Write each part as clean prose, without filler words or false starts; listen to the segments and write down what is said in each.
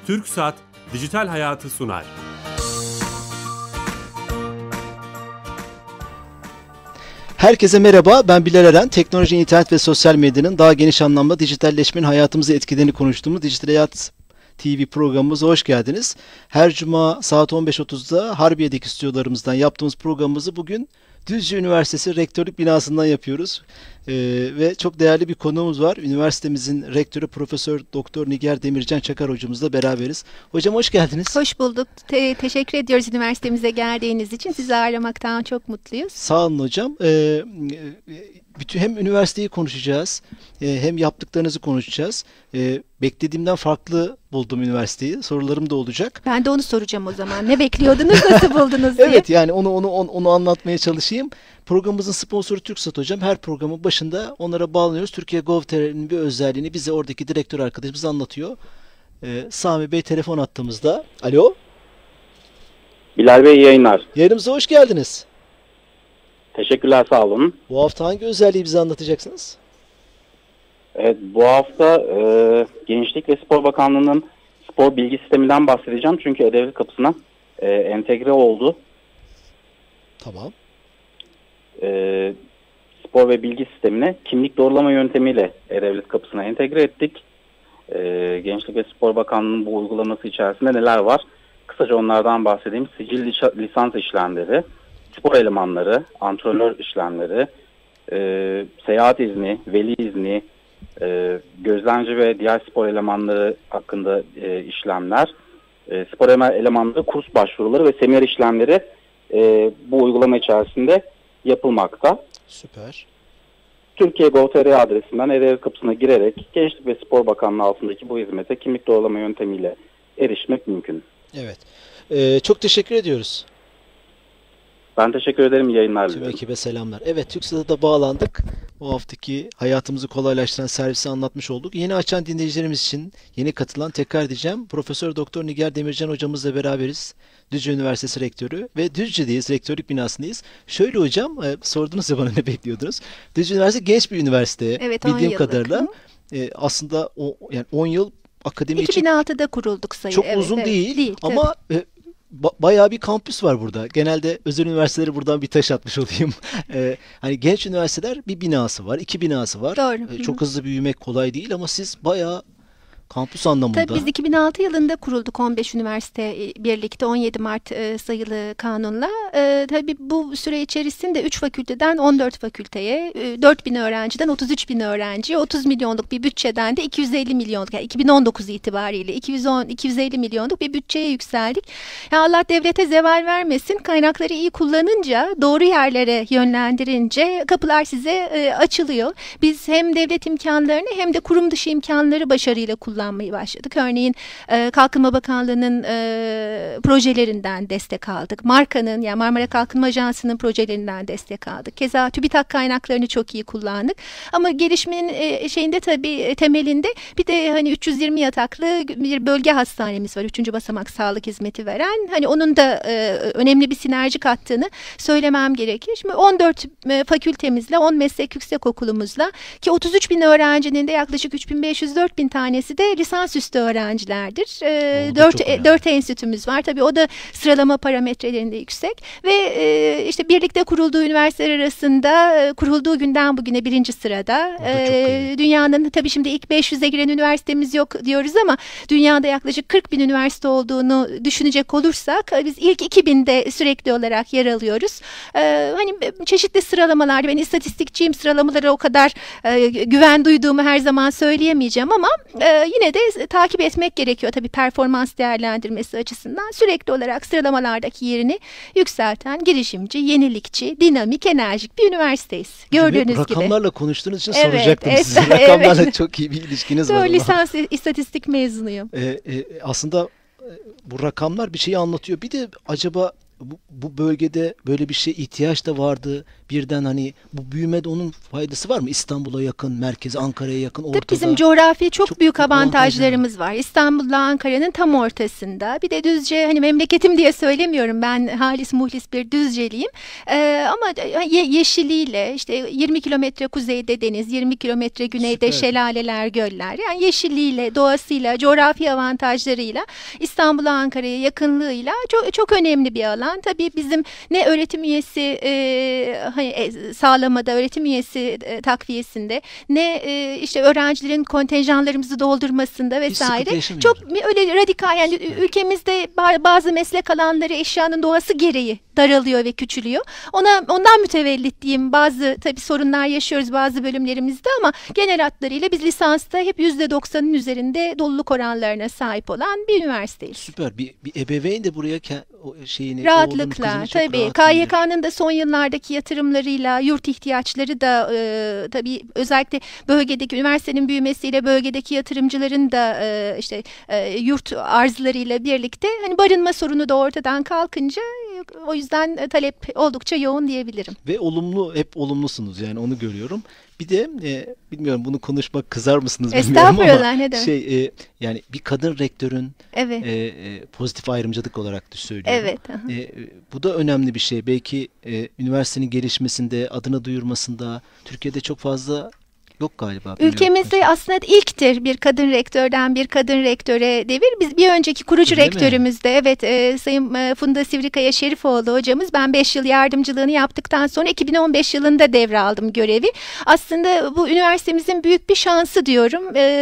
TürkSat Dijital Hayatı sunar. Herkese merhaba, ben Bilal Eren. Teknoloji, internet ve sosyal medyanın daha geniş anlamda dijitalleşmenin hayatımıza etkilerini konuştuğumuz Dijital Hayat TV programımıza hoş geldiniz. Her cuma saat 15.30'da Harbiye'deki stüdyolarımızdan yaptığımız programımızı bugün Düzce Üniversitesi Rektörlük binasından yapıyoruz. Ve çok değerli bir konuğumuz var. Üniversitemizin rektörü Profesör Doktor Nigar Demircan Çakar hocamızla beraberiz. Hocam hoş geldiniz. Hoş bulduk. Teşekkür ediyoruz üniversitemize geldiğiniz için. Sizi ağırlamaktan çok mutluyuz. Sağ olun hocam. Bütün hem üniversiteyi konuşacağız, hem yaptıklarınızı konuşacağız. Beklediğimden farklı buldum üniversiteyi. Sorularım da olacak. Ben de onu soracağım o zaman. Ne bekliyordunuz, nasıl buldunuz diye. Evet, yani onu anlatmaya çalışayım. Programımızın sponsoru TürkSat hocam. Her programın başında onlara bağlanıyoruz. Türkiye Gov.tr'nin bir özelliğini bize oradaki direktör arkadaşımız anlatıyor. Sami Bey telefon attığımızda. Alo. Bilal Bey, yayınlar. Yayınımıza hoş geldiniz. Teşekkürler, sağ olun. Bu hafta hangi özelliği bize anlatacaksınız? Evet, bu hafta Gençlik ve Spor Bakanlığı'nın spor bilgi sisteminden bahsedeceğim. Çünkü E-Devlet kapısına entegre oldu. Tamam. Spor ve bilgi sistemine kimlik doğrulama yöntemiyle E-Devlet kapısına entegre ettik. Gençlik ve Spor Bakanlığı'nın bu uygulaması içerisinde neler var? Kısaca onlardan bahsedeyim. Sicil lisans işlemleri, spor elemanları, antrenör işlemleri, seyahat izni, veli izni, gözlemci ve diğer spor elemanları hakkında işlemler, spor elemanları kurs başvuruları ve seminer işlemleri bu uygulama içerisinde yapılmakta. Süper. Türkiye Gov.tr adresinden E-Devlet kapısına girerek Gençlik ve Spor Bakanlığı altındaki bu hizmete kimlik doğrulama yöntemiyle erişmek mümkün. Evet. Çok teşekkür ediyoruz. Ben teşekkür ederim. İyi yayınlar Tüm diliyorum. ekibe selamlar. Evet, TürkSat'a da bağlandık. Bu haftaki hayatımızı kolaylaştıran servisi anlatmış olduk. Yeni açan dinleyicilerimiz için, yeni katılan tekrar diyeceğim. Profesör Doktor Nigar Demircan hocamızla beraberiz. Düzce Üniversitesi Rektörü ve Düzce'deyiz, rektörlük binasındayız. Şöyle hocam, sordunuz ya bana ne bekliyordunuz. Düzce Üniversitesi genç bir üniversite. Evet, bildiğim 10 yıllık. kadarıyla. Aslında yani 10 yıl akademi için 2006'da kurulduk sayı. çok Evet, uzun evet. değil ama bayağı bir kampüs var burada. Genelde özel üniversiteleri buradan bir taş atmış olayım. Hani genç üniversiteler bir binası var, iki binası var. Doğru. Çok hızlı büyümek kolay değil ama siz bayağı kampüs anlamında. Tabii biz 2006 yılında kurulduk 15 üniversite birlikte 17 Mart sayılı kanunla. Tabii bu süre içerisinde 3 fakülteden 14 fakülteye, 4.000 öğrenciden 33.000 öğrenciye, 30 milyonluk bir bütçeden de 250 milyonluk, yani 2019 itibariyle 250 milyonluk bir bütçeye yükseldik. Ya Allah devlete zeval vermesin, kaynakları iyi kullanınca, doğru yerlere yönlendirince kapılar size açılıyor. Biz hem devlet imkanlarını hem de kurum dışı imkanları başarıyla kullanmayı başladık. Örneğin Kalkınma Bakanlığı'nın projelerinden destek aldık. Marka'nın, yani Marmara Kalkınma Ajansı'nın projelerinden destek aldık. Keza TÜBİTAK kaynaklarını çok iyi kullandık. Ama gelişmenin şeyinde tabii temelinde bir de hani 320 yataklı bir bölge hastanemiz var. 3. basamak sağlık hizmeti veren. Hani onun da önemli bir sinerji kattığını söylemem gerekir. Şimdi 14 fakültemizle, 10 meslek yüksekokulumuzla ki 33.000 öğrencinin de yaklaşık 3.500-4.000 tanesi de lisansüstü öğrencilerdir. 4 enstitümüz var. Tabii o da sıralama parametrelerinde yüksek ve işte birlikte kurulduğu üniversiteler arasında kurulduğu günden bugüne 1. sırada. Dünyanın tabii şimdi ilk 500'e giren üniversitemiz yok diyoruz ama dünyada yaklaşık 40.000 üniversite olduğunu düşünecek olursak biz ilk 2000'de sürekli olarak yer alıyoruz. Hani çeşitli sıralamalarda, ben istatistikçiyim, sıralamalara o kadar güven duyduğumu her zaman söyleyemeyeceğim ama yine de takip etmek gerekiyor tabii performans değerlendirmesi açısından. Sürekli olarak sıralamalardaki yerini yükselten, girişimci, yenilikçi, dinamik, enerjik bir üniversiteyiz. Gördüğünüz gibi. Rakamlarla konuştuğunuz için Evet, soracaktım evet, size. Rakamlarla çok iyi bir ilişkiniz var. Lisans istatistik mezunuyum. Aslında bu rakamlar bir şeyi anlatıyor. Bir de acaba bu bölgede böyle bir şeye ihtiyaç da vardı. birden hani bu büyümede onun faydası var mı? İstanbul'a yakın, merkeze, Ankara'ya yakın, ortada. Tabii bizim coğrafi çok büyük avantajları avantajlarımız var. İstanbul'la Ankara'nın tam ortasında. Bir de Düzce, hani memleketim diye söylemiyorum. Ben halis muhlis bir Düzceliyim. Ama yeşiliyle, işte 20 kilometre kuzeyde deniz, 20 kilometre güneyde Süper. şelaleler, göller. Yani yeşiliyle, doğasıyla, coğrafi avantajlarıyla, İstanbul'a, Ankara'ya yakınlığıyla çok önemli bir alan. Tabii bizim ne öğretim üyesi sağlamada, öğretim üyesi takviyesinde, ne işte öğrencilerin kontenjanlarımızı doldurmasında vesaire. Çok öyle radikal, yani ülkemizde bazı meslek alanları eşyanın doğası gereği daralıyor ve küçülüyor. Ondan mütevellit diyeyim. Bazı tabii sorunlar yaşıyoruz bazı bölümlerimizde ama genel hatlarıyla biz lisansta hep %90'ın üzerinde doluluk oranlarına sahip olan bir üniversiteyiz. Süper. Bir ebeveyn de buraya şeyini, rahatlıkla tabii. KYK'nın da son yıllardaki yatırımlarıyla yurt ihtiyaçları da tabii özellikle bölgedeki üniversitenin büyümesiyle bölgedeki yatırımcıların da yurt arzlarıyla birlikte hani barınma sorunu da ortadan kalkınca o yüzden talep oldukça yoğun diyebilirim. Ve hep olumlusunuz yani, onu görüyorum. Bir de bilmiyorum, bunu konuşmak kızar mısınız bilmiyorum ama ne demek? Yani bir kadın rektörün evet. Pozitif ayrımcılık olarak da söylüyorum. Evet. Bu da önemli bir şey. Belki üniversitenin gelişmesinde, adını duyurmasında Türkiye'de çok fazla yok galiba. Ülkemizde aslında ilktir bir kadın rektörden bir kadın rektöre devir. Biz bir önceki kurucu rektörümüzde Sayın Funda Sivrikaya Şerifoğlu hocamız, ben 5 yıl yardımcılığını yaptıktan sonra 2015 yılında devraldım görevi. Aslında bu üniversitemizin büyük bir şansı diyorum.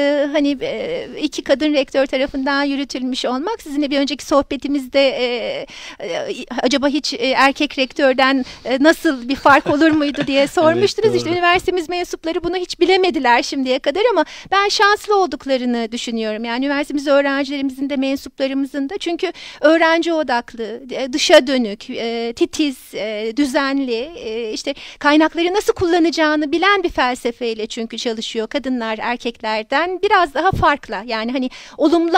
İki kadın rektör tarafından yürütülmüş olmak. Sizinle bir önceki sohbetimizde acaba hiç erkek rektörden nasıl bir fark olur muydu diye sormuştunuz. Evet, işte üniversitemiz mensupları bunu hiç bilemediler şimdiye kadar ama ben şanslı olduklarını düşünüyorum. Yani üniversitemiz öğrencilerimizin de mensuplarımızın da, çünkü öğrenci odaklı, dışa dönük, titiz, düzenli, işte kaynakları nasıl kullanacağını bilen bir felsefeyle çünkü çalışıyor. Kadınlar erkeklerden biraz daha farklı. Yani hani olumlu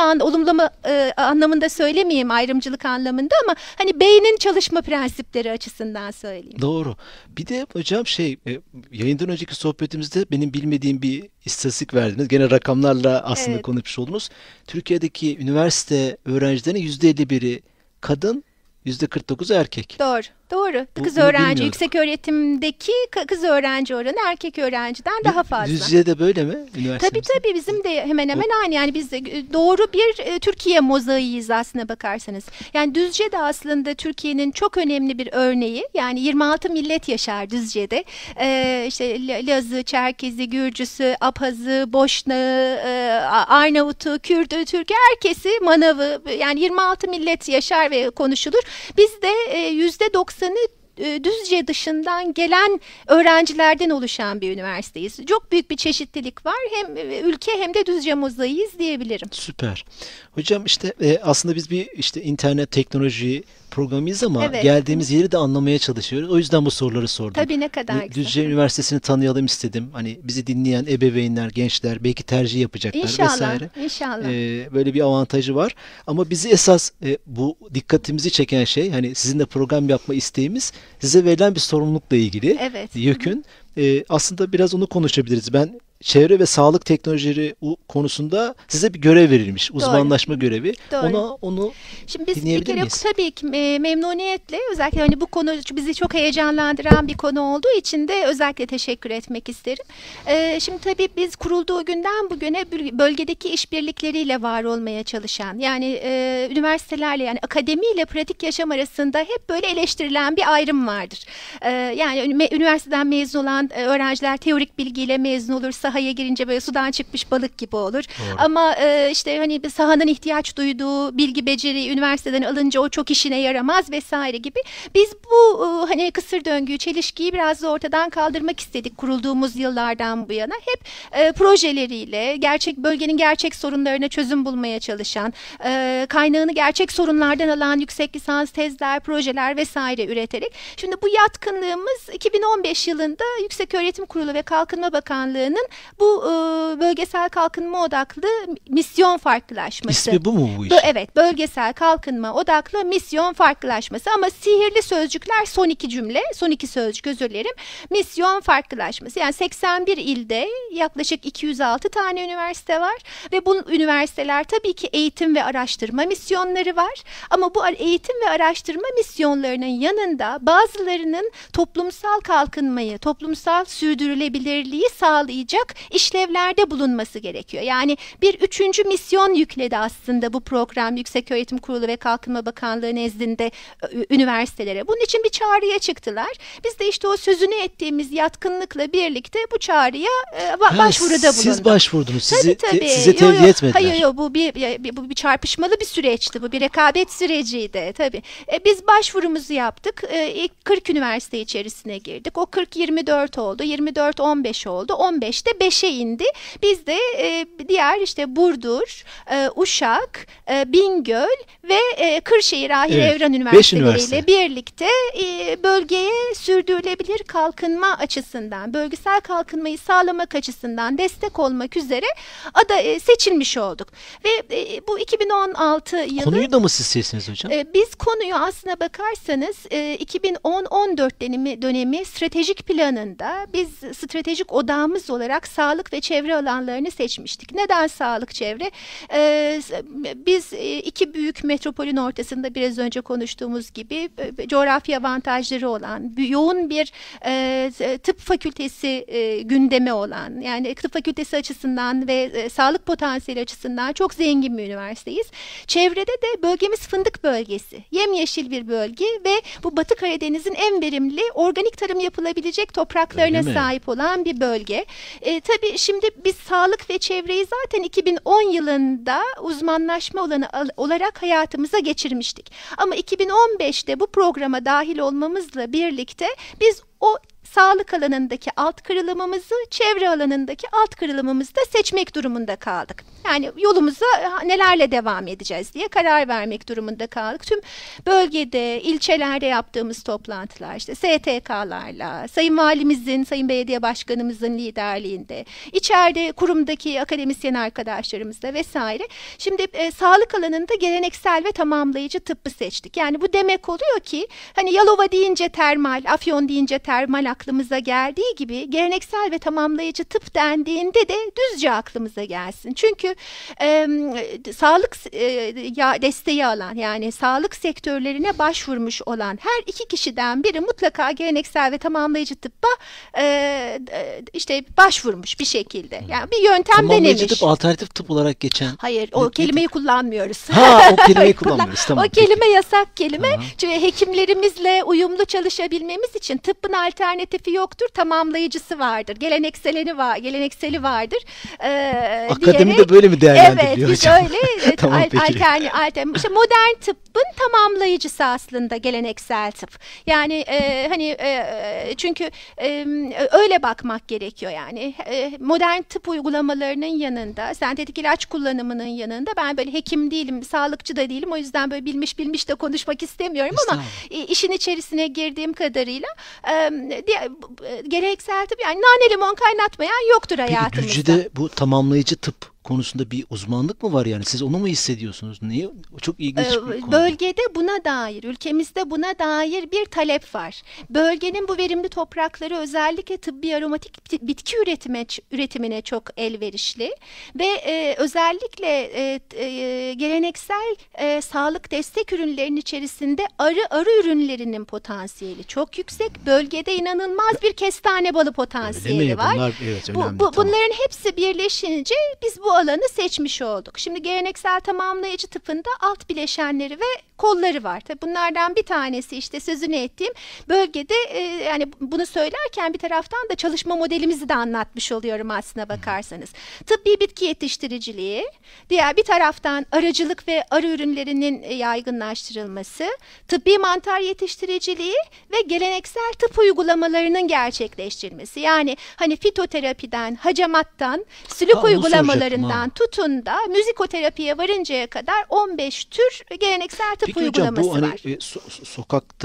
anlamında söylemeyeyim, ayrımcılık anlamında, ama hani beynin çalışma prensipleri açısından söyleyeyim. Doğru. Bir de hocam yayından önceki sohbetimizde benim bilmediğim bir istatistik verdiniz. Gene rakamlarla aslında konuşmuş oldunuz. Türkiye'deki üniversite öğrencilerinin %51'i kadın, %49'u erkek. Doğru. Kız öğrenci, yüksek öğretimdeki kız öğrenci oranı erkek öğrenciden daha fazla. Düzce'de böyle mi? Tabii bizim de hemen aynı. Yani biz doğru bir Türkiye mozaiğiyiz aslına bakarsanız. Yani Düzce de aslında Türkiye'nin çok önemli bir örneği. Yani 26 millet yaşar Düzce'de. İşte Lazı, Çerkezi, Gürcüsü, Abhazı, Boşnağı, Arnavut'u, Kürt'ü, Türk'ü, herkesi, Manav'ı, yani 26 millet yaşar ve konuşulur. Biz de %90'ı Düzce dışından gelen öğrencilerden oluşan bir üniversiteyiz. Çok büyük bir çeşitlilik var. Hem ülke hem de Düzce mozaiğiyiz diyebilirim. Süper. Hocam aslında biz bir internet teknoloji programıyız ama geldiğimiz yeri de anlamaya çalışıyoruz. O yüzden bu soruları sordum. Tabii, ne kadar güzel. Düzce Üniversitesi'ni tanıyalım istedim. Hani bizi dinleyen ebeveynler, gençler belki tercih yapacaklar vesaire. İnşallah. Böyle bir avantajı var. Ama bizi esas bu dikkatimizi çeken şey, hani sizinle program yapma isteğimiz, size verilen bir sorumlulukla ilgili. Yükün. Aslında biraz onu konuşabiliriz. Ben çevre ve sağlık teknolojileri konusunda size bir görev verilmiş. Uzmanlaşma görevi. Onu şimdi biz dinleyebilir miyiz? Tabii ki memnuniyetle, özellikle hani bu konu bizi çok heyecanlandıran bir konu olduğu için de özellikle teşekkür etmek isterim. Şimdi tabii biz kurulduğu günden bugüne bölgedeki işbirlikleriyle var olmaya çalışan, yani üniversitelerle, yani akademiyle pratik yaşam arasında hep böyle eleştirilen bir ayrım vardır. Yani üniversiteden mezun olan öğrenciler teorik bilgiyle mezun olur, sahaya girince böyle sudan çıkmış balık gibi olur. Doğru. Ama hani sahanın ihtiyaç duyduğu bilgi, beceri üniversiteden alınca o çok işine yaramaz vesaire gibi. Biz bu hani kısır döngüyü, çelişkiyi biraz da ortadan kaldırmak istedik kurulduğumuz yıllardan bu yana. Hep projeleriyle bölgenin gerçek sorunlarına çözüm bulmaya çalışan, kaynağını gerçek sorunlardan alan yüksek lisans tezler, projeler vesaire üreterek. Şimdi bu yatkınlığımız 2015 yılında Yükseköğretim Kurulu ve Kalkınma Bakanlığı'nın bu bölgesel kalkınma odaklı misyon farklılaşması. İsmi bu mu bu iş? Evet, bölgesel kalkınma odaklı misyon farklılaşması ama sihirli sözcükler son iki cümle, son iki sözcük özür dilerim. Misyon farklılaşması. Yani 81 ilde yaklaşık 206 tane üniversite var ve bu üniversiteler tabii ki eğitim ve araştırma misyonları var. Ama bu eğitim ve araştırma misyonlarının yanında bazılarının toplumsal kalkınmayı, toplumsal sürdürülebilirliği sağlayacak işlevlerde bulunması gerekiyor. Yani bir üçüncü misyon yükledi aslında bu program Yükseköğretim Kurulu ve Kalkınma Bakanlığı nezdinde üniversitelere. Bunun için bir çağrıya çıktılar. Biz de işte o sözünü ettiğimiz yatkınlıkla birlikte bu çağrıya başvuruda bulunduk. Siz başvurdunuz. Size tabii. tevdi etmediler. Hayır, bu bir çarpışmalı bir süreçti. Bu bir rekabet süreciydi tabii. Biz başvurumuzu yaptık. İlk 40 üniversite içerisine girdik. O 40-24 oldu. 24-15 oldu. 15'te 5'e indi. Biz de diğer işte Burdur, Uşak, Bingöl ve Kırşehir Ahir Evran üniversiteleriyle birlikte bölgeye sürdürülebilir kalkınma açısından, bölgesel kalkınmayı sağlamak açısından destek olmak üzere seçilmiş olduk. Ve bu 2016 yılı... Konuyu da mı siz seçtiniz hocam? Biz konuyu aslına bakarsanız 2010-14 dönemi stratejik planında biz stratejik odağımız olarak sağlık ve çevre alanlarını seçmiştik. Neden sağlık çevre? Biz iki büyük metropolün ortasında biraz önce konuştuğumuz gibi coğrafya avantajları olan, yoğun bir tıp fakültesi gündemi olan, yani tıp fakültesi açısından ve sağlık potansiyeli açısından çok zengin bir üniversiteyiz. Çevrede de bölgemiz fındık bölgesi. Yemyeşil bir bölge ve bu Batı Karadeniz'in en verimli organik tarım yapılabilecek topraklarına sahip olan bir bölge. Tabii şimdi biz sağlık ve çevreyi zaten 2010 yılında uzmanlaşma alanı olarak hayatımıza geçirmiştik. Ama 2015'te bu programa dahil olmamızla birlikte biz o sağlık alanındaki alt kırılımımızı, çevre alanındaki alt kırılımımızı da seçmek durumunda kaldık. Yani yolumuza nelerle devam edeceğiz diye karar vermek durumunda kaldık. Tüm bölgede, ilçelerde yaptığımız toplantılar, işte STK'larla, Sayın Valimizin, Sayın Belediye Başkanımızın liderliğinde, içeride kurumdaki akademisyen arkadaşlarımızla vesaire. Şimdi sağlık alanında geleneksel ve tamamlayıcı tıbbı seçtik. Yani bu demek oluyor ki hani Yalova deyince termal, Afyon deyince termal aklımıza geldiği gibi geleneksel ve tamamlayıcı tıp dendiğinde de Düzce aklımıza gelsin. Çünkü sağlık desteği alan, yani sağlık sektörlerine başvurmuş olan her iki kişiden biri mutlaka geleneksel ve tamamlayıcı tıbba işte başvurmuş bir şekilde. Yani bir yöntem denemiş. Tamamlayıcı tıp alternatif tıp olarak geçen. Hayır, o kelimeyi kullanmıyoruz. O kelimeyi kullanmıyoruz. Tamam. O kelime yasak kelime. Çünkü hekimlerimizle uyumlu çalışabilmemiz için tıbbın alternatifi yoktur, tamamlayıcısı vardır. Gelenekseli vardır. Akademide böyle mi değerlendiriliyor hocam? Evet, biz öyle. Tamam, işte modern tıbbın tamamlayıcısı aslında geleneksel tıp. Yani çünkü öyle bakmak gerekiyor yani. Modern tıp uygulamalarının yanında, sentetik ilaç kullanımının yanında ben böyle hekim değilim, sağlıkçı da değilim. O yüzden böyle bilmiş de konuşmak istemiyorum ama işin içerisine girdiğim kadarıyla geleneksel tıp, yani nane limon kaynatmayan yoktur hayatımızda. Peki Düzce'de bu tamamlayıcı tıp konusunda bir uzmanlık mı var yani? Siz onu mu hissediyorsunuz? Niye? Çok ilginç bir konu. Bölgede buna dair, ülkemizde buna dair bir talep var. Bölgenin bu verimli toprakları özellikle tıbbi aromatik bitki üretimine çok elverişli ve özellikle geleneksel sağlık destek ürünlerinin içerisinde arı ürünlerinin potansiyeli çok yüksek. Bölgede inanılmaz bir kestane balı potansiyeli var. Bunlar, evet, önemli, bunların hepsi birleşince biz bu alanı seçmiş olduk. Şimdi geleneksel tamamlayıcı tıpında alt bileşenleri ve kolları var. Tabii bunlardan bir tanesi işte sözünü ettiğim bölgede yani bunu söylerken bir taraftan da çalışma modelimizi de anlatmış oluyorum aslına bakarsanız. Tıbbi bitki yetiştiriciliği, diğer bir taraftan arıcılık ve arı ürünlerinin yaygınlaştırılması, tıbbi mantar yetiştiriciliği ve geleneksel tıp uygulamalarının gerçekleştirilmesi. Yani hani fitoterapiden, hacamattan, sülük uygulamalarından tutun da müzikoterapiye varıncaya kadar 15 tür geleneksel tıp uygulaması hocam, bu var. Hani, sokakta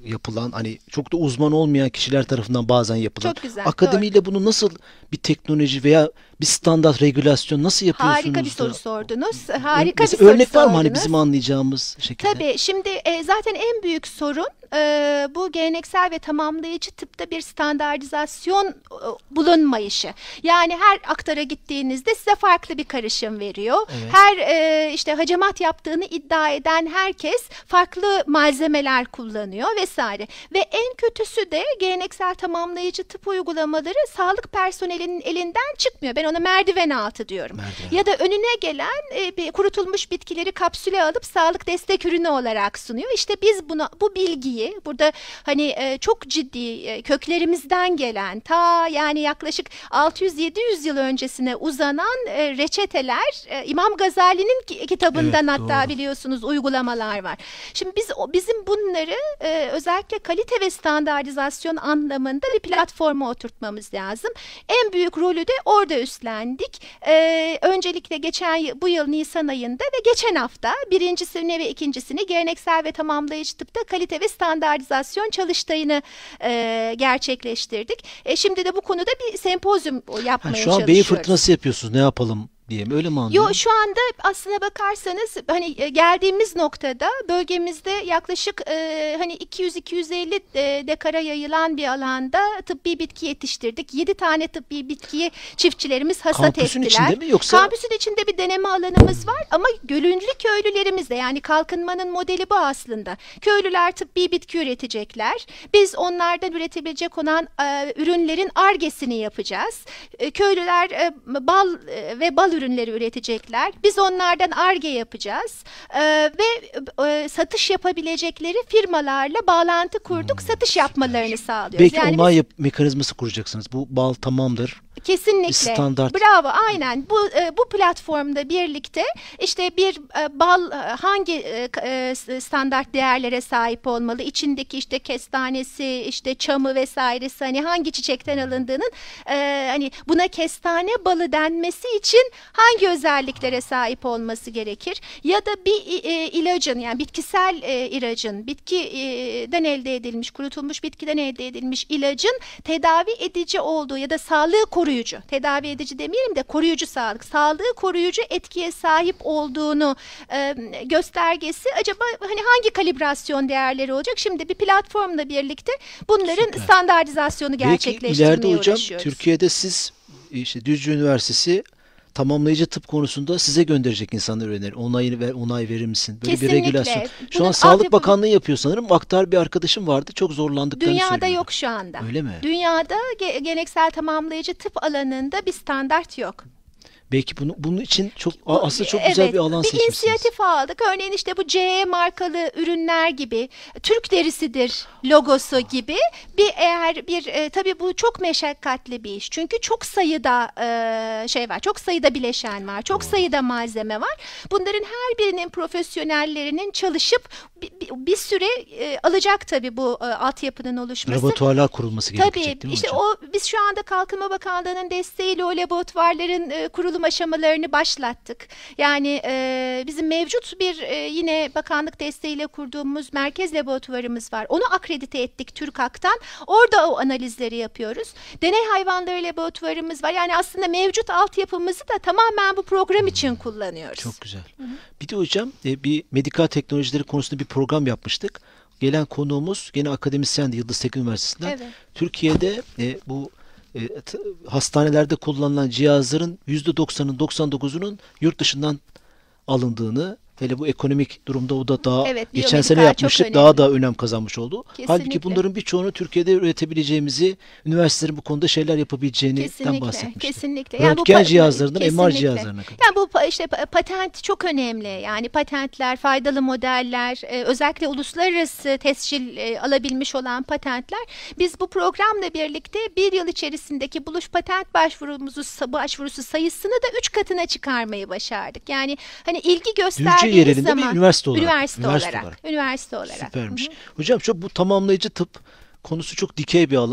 yapılan, hani çok da uzman olmayan kişiler tarafından bazen yapılan. Çok güzel, Akademiyle bunu nasıl bir teknoloji veya bir standart regülasyon nasıl yapıyorsunuz? Harika bir soru da? sordunuz. Harika bir Mesela soru örnek var mı hani sordunuz. bizim anlayacağımız şekilde? Tabii şimdi zaten en büyük sorun bu geleneksel ve tamamlayıcı tıpta bir standartizasyon bulunmayışı. Yani her aktara gittiğinizde size farklı bir karışım veriyor. Evet. Her işte hacamat yaptığını iddia eden herkes farklı malzemeler kullanıyor vesaire. Ve en kötüsü de geleneksel tamamlayıcı tıp uygulamaları sağlık personelinin elinden çıkmıyor. Ben ona merdiven altı diyorum. Merdiven. Ya da önüne gelen kurutulmuş bitkileri kapsüle alıp sağlık destek ürünü olarak sunuyor. İşte biz bu bilgiyi burada hani çok ciddi köklerimizden gelen yani yaklaşık 600-700 yıl öncesine uzanan reçeteler İmam Gazali'nin kitabından Evet, hatta doğru. biliyorsunuz uygulamalar var. Şimdi bizim bunları özellikle kalite ve standartizasyon anlamında bir platforma oturtmamız lazım. En büyük rolü de orada üstlendik. Öncelikle bu yıl Nisan ayında ve geçen hafta birincisini ve ikincisini geleneksel ve tamamlayıcı tıpta kalite ve standartizasyon çalıştayını gerçekleştirdik. Şimdi de bu konuda bir sempozyum yapmaya Şu an beyin çalışıyoruz. fırtınası yapıyorsunuz. Ne yapalım diye mi? Öyle mi anlıyorum? Yo, şu anda aslına bakarsanız hani geldiğimiz noktada bölgemizde yaklaşık hani 200-250 dekara yayılan bir alanda tıbbi bitki yetiştirdik. 7 tane tıbbi bitkiyi çiftçilerimiz hasat Kampüsün ettiler. içinde mi yoksa? Kampüsün içinde bir deneme alanımız var ama gönüllü köylülerimiz de, yani kalkınmanın modeli bu aslında. Köylüler tıbbi bitki üretecekler. Biz onlardan üretebilecek olan ürünlerin Ar-Ge'sini yapacağız. Köylüler bal ve bal ürünleri üretecekler. Biz onlardan Ar-Ge yapacağız. Ve satış yapabilecekleri firmalarla bağlantı kurduk. Satış yapmalarını sağlıyoruz. Belki Yani onay mekanizması kuracaksınız. Bu bal tamamdır. kesinlikle. Bir standart. Bravo, aynen. Bu platformda birlikte işte bir bal hangi standart değerlere sahip olmalı? İçindeki işte kestanesi, işte çamı vesairesi, hani hangi çiçekten alındığının hani buna kestane balı denmesi için hangi özelliklere sahip olması gerekir? Ya da bir ilacın, yani bitkisel ilacın, bitkiden elde edilmiş, kurutulmuş bitkiden elde edilmiş ilacın tedavi edici olduğu ya da sağlığı koruyucu, tedavi edici demeyelim de koruyucu sağlığı koruyucu etkiye sahip olduğunu göstergesi acaba hani hangi kalibrasyon değerleri olacak? Şimdi bir platformla birlikte bunların Süper. standartizasyonu Belki gerçekleştirmeye ileride hocam uğraşıyoruz. Türkiye'de siz işte Düzce Üniversitesi tamamlayıcı tıp konusunda size gönderecek insanlar öneri. Onay verir misin? Böyle Kesinlikle. bir regülasyon. Şu Bunun an Sağlık altyapı- Bakanlığı yapıyor sanırım. Aktar bir arkadaşım vardı. Çok zorlandıklarını Dünyada söylüyordu. yok şu anda. Öyle mi? Dünyada geleneksel tamamlayıcı tıp alanında bir standart yok. Belki bunun için aslında çok güzel bir alan bir seçmişsiniz. inisiyatif aldık. Örneğin işte bu CE markalı ürünler gibi, Türk derisidir logosu gibi tabii bu çok meşakkatli bir iş. Çünkü çok sayıda şey var, çok sayıda bileşen var, çok sayıda malzeme var. Bunların her birinin profesyonellerinin çalışıp bir süre alacak tabii bu altyapının oluşması. Laboratuvarlar kurulması gerekecek Tabii değil mi işte hocam? biz şu anda Kalkınma Bakanlığı'nın desteğiyle o laboratuvarların kurulum aşamalarını başlattık. Yani bizim mevcut bir yine bakanlık desteğiyle kurduğumuz merkez laboratuvarımız var. Onu akredite ettik TÜRKAK'tan. Orada o analizleri yapıyoruz. Deney hayvanları laboratuvarımız var. Yani aslında mevcut altyapımızı da tamamen bu program için kullanıyoruz. Çok güzel. Bir de hocam bir medikal teknolojileri konusunda bir program yapmıştık. Gelen konuğumuz gene akademisyendi Yıldız Teknik Üniversitesi'nden. Evet. Türkiye'de bu hastanelerde kullanılan cihazların %90'ın 99'unun yurt dışından alındığını, hele bu ekonomik durumda o da daha Evet, geçen sene biyomedikal çok yapmıştık, önemli. daha da önem kazanmış oldu. Kesinlikle. Halbuki bunların birçoğunu Türkiye'de üretebileceğimizi, üniversitelerin bu konuda şeyler yapabileceğinden bahsetmiştik. Kesinlikle. Röntgen bu cihazlarından MR kesinlikle. cihazlarına kadar. Yani bu işte patent çok önemli. Yani patentler, faydalı modeller, özellikle uluslararası tescil alabilmiş olan patentler. Biz bu programla birlikte bir yıl içerisindeki buluş patent başvurusu sayısını da 3 katına çıkarmayı başardık. Yani hani ilgi gösterdiğiniz Düzce yerelinde zaman bir üniversite olarak. Üniversite olarak. Süpermiş. Hocam bu tamamlayıcı tıp konusu çok dikey bir alan.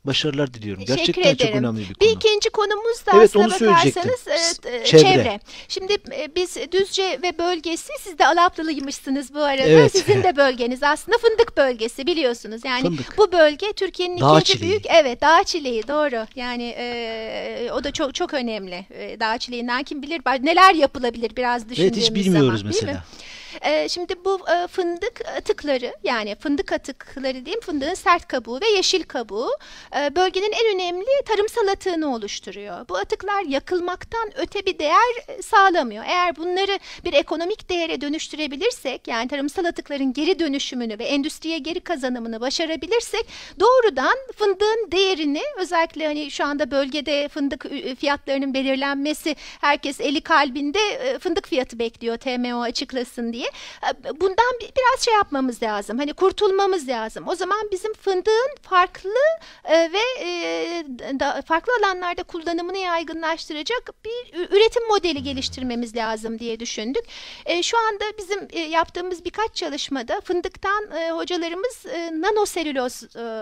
Başarılar diliyorum. Teşekkür Gerçekten çok ederim. önemli bir Bir konu. ikinci konumuz da Evet, aslına onu söyleyecektim. bakarsanız Çevre. Şimdi biz Düzce ve bölgesi, siz de Alaplılıymışsınız bu arada. Evet. Sizin de bölgeniz aslında fındık bölgesi, biliyorsunuz. Yani Fındık. bu bölge Türkiye'nin Dağ ikinci çileği. büyük, evet, dağ çileği, doğru. Yani o da çok çok önemli. Dağ çileğinden kim bilir neler yapılabilir biraz düşündüğümüz Evet, zaman. hiç bilmiyoruz değil mi? mesela. Şimdi bu fındık atıkları, yani fındık atıkları diyeyim, fındığın sert kabuğu ve yeşil kabuğu bölgenin en önemli tarımsal atığını oluşturuyor. Bu atıklar yakılmaktan öte bir değer sağlamıyor. Eğer bunları bir ekonomik değere dönüştürebilirsek, yani tarımsal atıkların geri dönüşümünü ve endüstriye geri kazanımını başarabilirsek, doğrudan fındığın değerini, özellikle hani şu anda bölgede fındık fiyatlarının belirlenmesi, herkes eli kalbinde fındık fiyatı bekliyor, TMO açıklasın diye. Bundan biraz şey yapmamız lazım. Hani kurtulmamız lazım. O zaman bizim fındığın farklı ve farklı alanlarda kullanımını yaygınlaştıracak bir üretim modeli geliştirmemiz lazım diye düşündük. Şu anda bizim yaptığımız birkaç çalışmada fındıktan hocalarımız nanoselüloz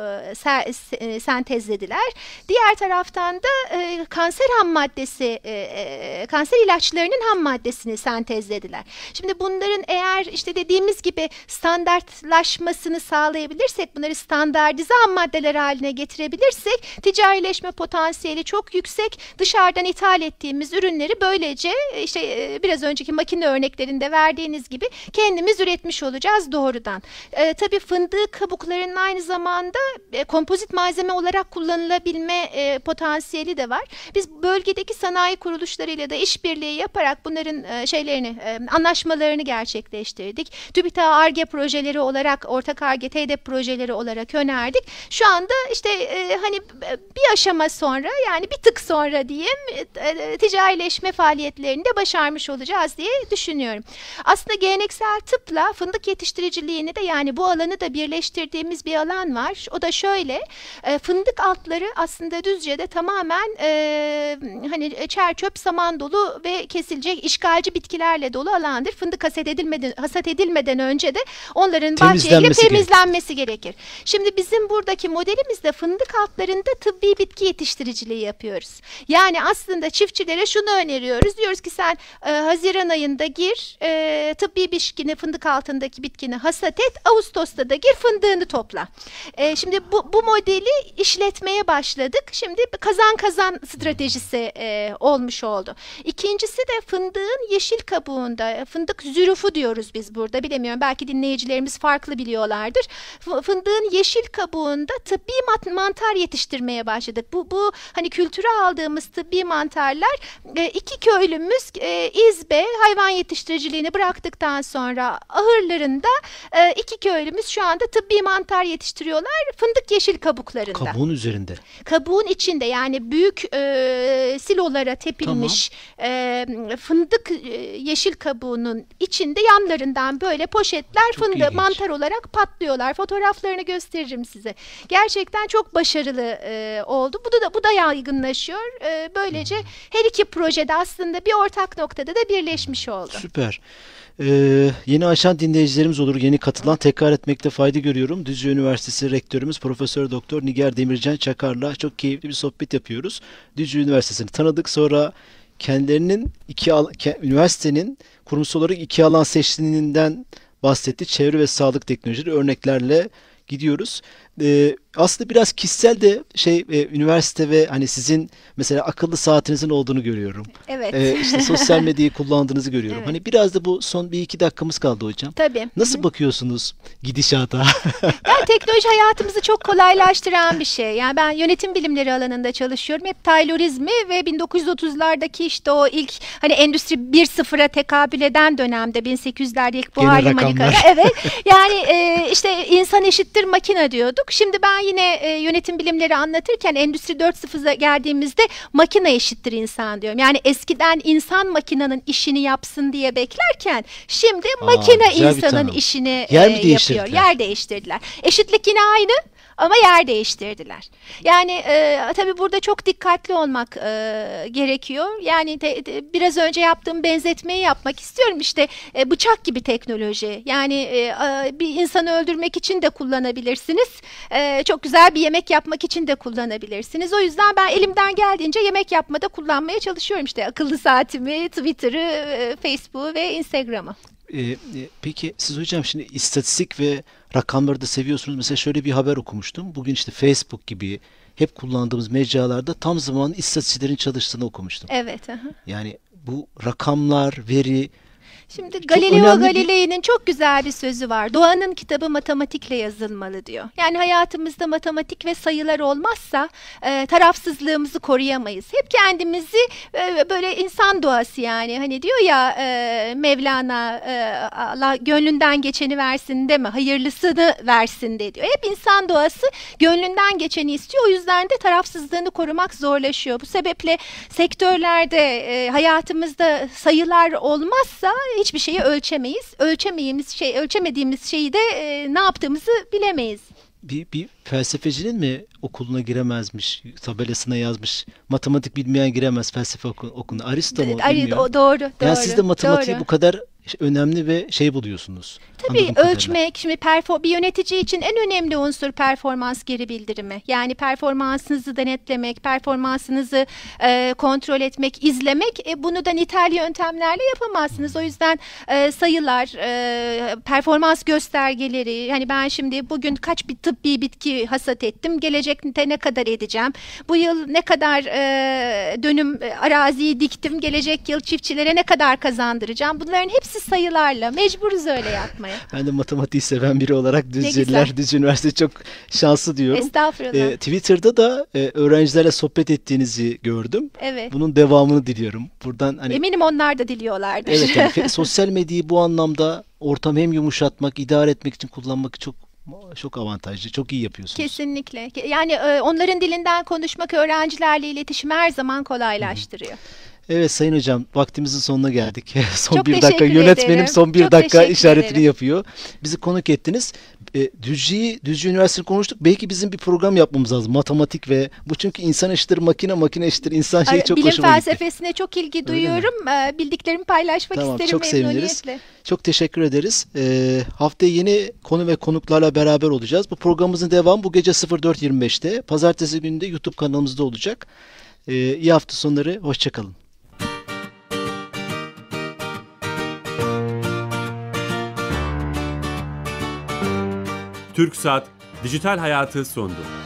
sentezlediler. Diğer taraftan da kanser ham maddesi, kanser ilaçlarının ham maddesini sentezlediler. Şimdi bunların eğer işte dediğimiz gibi standartlaşmasını sağlayabilirsek, bunları standartize ham maddeler haline getirebilirsek, ticarileşme potansiyeli çok yüksek. Dışarıdan ithal ettiğimiz ürünleri böylece işte biraz önceki makine örneklerinde verdiğiniz gibi kendimiz üretmiş olacağız doğrudan. Tabii fındık kabuklarının aynı zamanda kompozit malzeme olarak kullanılabilme potansiyeli de var. Biz bölgedeki sanayi kuruluşlarıyla da işbirliği yaparak bunların anlaşmalarını gerçekleştirdik. TÜBİTAK Ar-Ge projeleri olarak, ortak Ar-Ge TEDEP projeleri olarak önerdik. Şu anda işte hani bir aşama sonra, yani bir tık sonra diyeyim, ticarileşme faaliyetlerini de başarmış olacağız diye düşünüyorum. Aslında geleneksel tıpla fındık yetiştiriciliğini de, yani bu alanı da birleştirdiğimiz bir alan var. O da şöyle, fındık altları aslında Düzce'de tamamen hani çer çöp, saman dolu ve kesilecek işgalci bitkilerle dolu alandır. Fındık hasat edilmeden önce de onların bahçeyle temizlenmesi gerekir. Şimdi bizim buradaki modelimizde fındık altlarında tıbbi bitki yetiştiriciliği yapıyoruz. Yani aslında çiftçilere şunu öneriyoruz. Diyoruz ki sen Haziran ayında gir, tıbbi bitkini, fındık altındaki bitkini hasat et. Ağustos'ta da gir, fındığını topla. Şimdi bu modeli işletmeye başladık. Şimdi kazan kazan stratejisi olmuş oldu. İkincisi de fındığın yeşil kabuğunda, fındık zürufu diyoruz biz burada, bilemiyorum, belki dinleyicilerimiz farklı biliyorlardır. Fındığın yeşil kabuğunda tıbbi mantar yetiştirmeye başladık. Bu hani kültüre aldığımız tıbbi mantarlar, iki köylümüz İzbe hayvan yetiştiriciliğini bıraktıktan sonra ahırlarında iki köylümüz şu anda tıbbi mantar yetiştiriyorlar fındık yeşil kabuklarında. Kabuğun üzerinde. Kabuğun içinde, yani büyük silolara tepilmiş fındık yeşil kabuğunun içinde yanlarından böyle poşetler fındığı mantar olarak patlıyorlar. Fotoğraflarını gösteririm size. Gerçekten çok başarılı oldu. Bu da yaygınlaşıyor. Böylece her iki projede aslında bir ortak noktada da birleşmiş oldu. Süper. Yeni açan dinleyicilerimiz olur, yeni katılan, tekrar etmekte fayda görüyorum. Düzce Üniversitesi Rektörümüz Profesör Doktor Nigar Demircan Çakar'la çok keyifli bir sohbet yapıyoruz. Düzce Üniversitesi'ni tanıdık. Sonra kendilerinin üniversitenin kurumsal olarak iki alan seçtiğinden bahsetti. Çevre ve sağlık teknolojileri örneklerle gidiyoruz. Aslında biraz kişisel de üniversite ve hani sizin mesela akıllı saatinizin olduğunu görüyorum. Evet. İşte sosyal medyayı kullandığınızı görüyorum. Evet. Hani biraz da bu son 1-2 dakikamız kaldı hocam. Tabii. Nasıl bakıyorsunuz gidişata? Yani teknoloji hayatımızı çok kolaylaştıran bir şey. Yani ben yönetim bilimleri alanında çalışıyorum. Hep Taylorizmi ve 1930'lardaki işte o ilk hani Endüstri 1.0'a tekabül eden dönemde 1800'lerde ilk buhar limanikaları. Evet. Yani işte insan eşittir makine diyorduk. Şimdi ben yine yönetim bilimleri anlatırken Endüstri 4.0'a geldiğimizde makine eşittir insan diyorum. Yani eskiden insan makinenin işini yapsın diye beklerken şimdi makine insanın işini yapıyor. Yer değiştirdiler. Eşitlik yine aynı. ama yer değiştirdiler. Yani tabii burada çok dikkatli olmak gerekiyor. Yani biraz önce yaptığım benzetmeyi yapmak istiyorum. İşte bıçak gibi teknoloji. Yani bir insanı öldürmek için de kullanabilirsiniz. Çok güzel bir yemek yapmak için de kullanabilirsiniz. O yüzden ben elimden geldiğince yemek yapmada kullanmaya çalışıyorum. İşte akıllı saatimi, Twitter'ı, Facebook'u ve Instagram'ı. Peki siz hocam şimdi istatistik ve rakamları da seviyorsunuz. Mesela şöyle bir haber okumuştum. Bugün işte Facebook gibi hep kullandığımız mecralarda tam zamanlı istatistiklerin çalıştığını okumuştum. Evet. Aha. Yani bu rakamlar, veri Şimdi çok Galileo önemli Galilei'nin çok güzel bir sözü var. Doğanın kitabı matematikle yazılmalı diyor. Yani hayatımızda matematik ve sayılar olmazsa tarafsızlığımızı koruyamayız. Hep kendimizi böyle insan doğası yani hani diyor ya Mevlana Allah gönlünden geçeni versin deme hayırlısını versin de diyor. Hep insan doğası gönlünden geçeni istiyor. O yüzden de tarafsızlığını korumak zorlaşıyor. Bu sebeple sektörlerde hayatımızda sayılar olmazsa hiçbir şeyi ölçemeyiz. Ölçemediğimiz şeyi de ne yaptığımızı bilemeyiz. bir felsefecinin mi okuluna giremezmiş, tabelasına yazmış. Matematik bilmeyen giremez felsefe okuluna. Aristo mu? Bilmiyorum. Doğru. Yani siz de matematiği doğru. bu kadar önemli ve şey buluyorsunuz. Tabii ölçmek, şimdi bir yönetici için en önemli unsur performans geri bildirimi. Yani performansınızı denetlemek, performansınızı kontrol etmek, izlemek. Bunu da nitel yöntemlerle yapamazsınız. O yüzden sayılar, performans göstergeleri, hani ben şimdi bugün kaç bir tıbbi bitki hasat ettim, gelecekte ne kadar edeceğim, bu yıl ne kadar dönüm araziyi diktim, gelecek yıl çiftçilere ne kadar kazandıracağım. Bunların hepsi sayılarla, mecburuz öyle yapmaya. Ben de matematiği seven biri olarak Düzce Üniversitesi çok şanslı diyorum. Estağfurullah. Twitter'da da öğrencilerle sohbet ettiğinizi gördüm. Evet. Bunun devamını diliyorum. Buradan hani eminim onlar da diliyorlardır. evet yani sosyal medyayı bu anlamda ortamı hem yumuşatmak, idare etmek için kullanmak çok avantajlı, çok iyi yapıyorsunuz. Kesinlikle. Yani onların dilinden konuşmak öğrencilerle iletişimi her zaman kolaylaştırıyor. Evet Sayın Hocam, vaktimizin sonuna geldik. Son Çok bir dakika teşekkür yönetmenim ederim. son bir Çok dakika teşekkür işaretini ederim. yapıyor. Bizi konuk ettiniz. Düzce Üniversitesi'ni konuştuk. Belki bizim bir program yapmamız lazım. Matematik ve bu çünkü insan eşittir makine, makine eşittir insan şeyi çok Bilim hoşuma gitti. felsefesine çok ilgi duyuyorum. Bildiklerimi paylaşmak Tamam, isterim çok seviniriz. memnuniyetle. Çok teşekkür ederiz. Haftaya yeni konu ve konuklarla beraber olacağız. Bu programımızın devamı bu gece 04.25'te. Pazartesi günü de YouTube kanalımızda olacak. İyi hafta sonları. Hoşçakalın. TürkSat Dijital Hayatı sundu.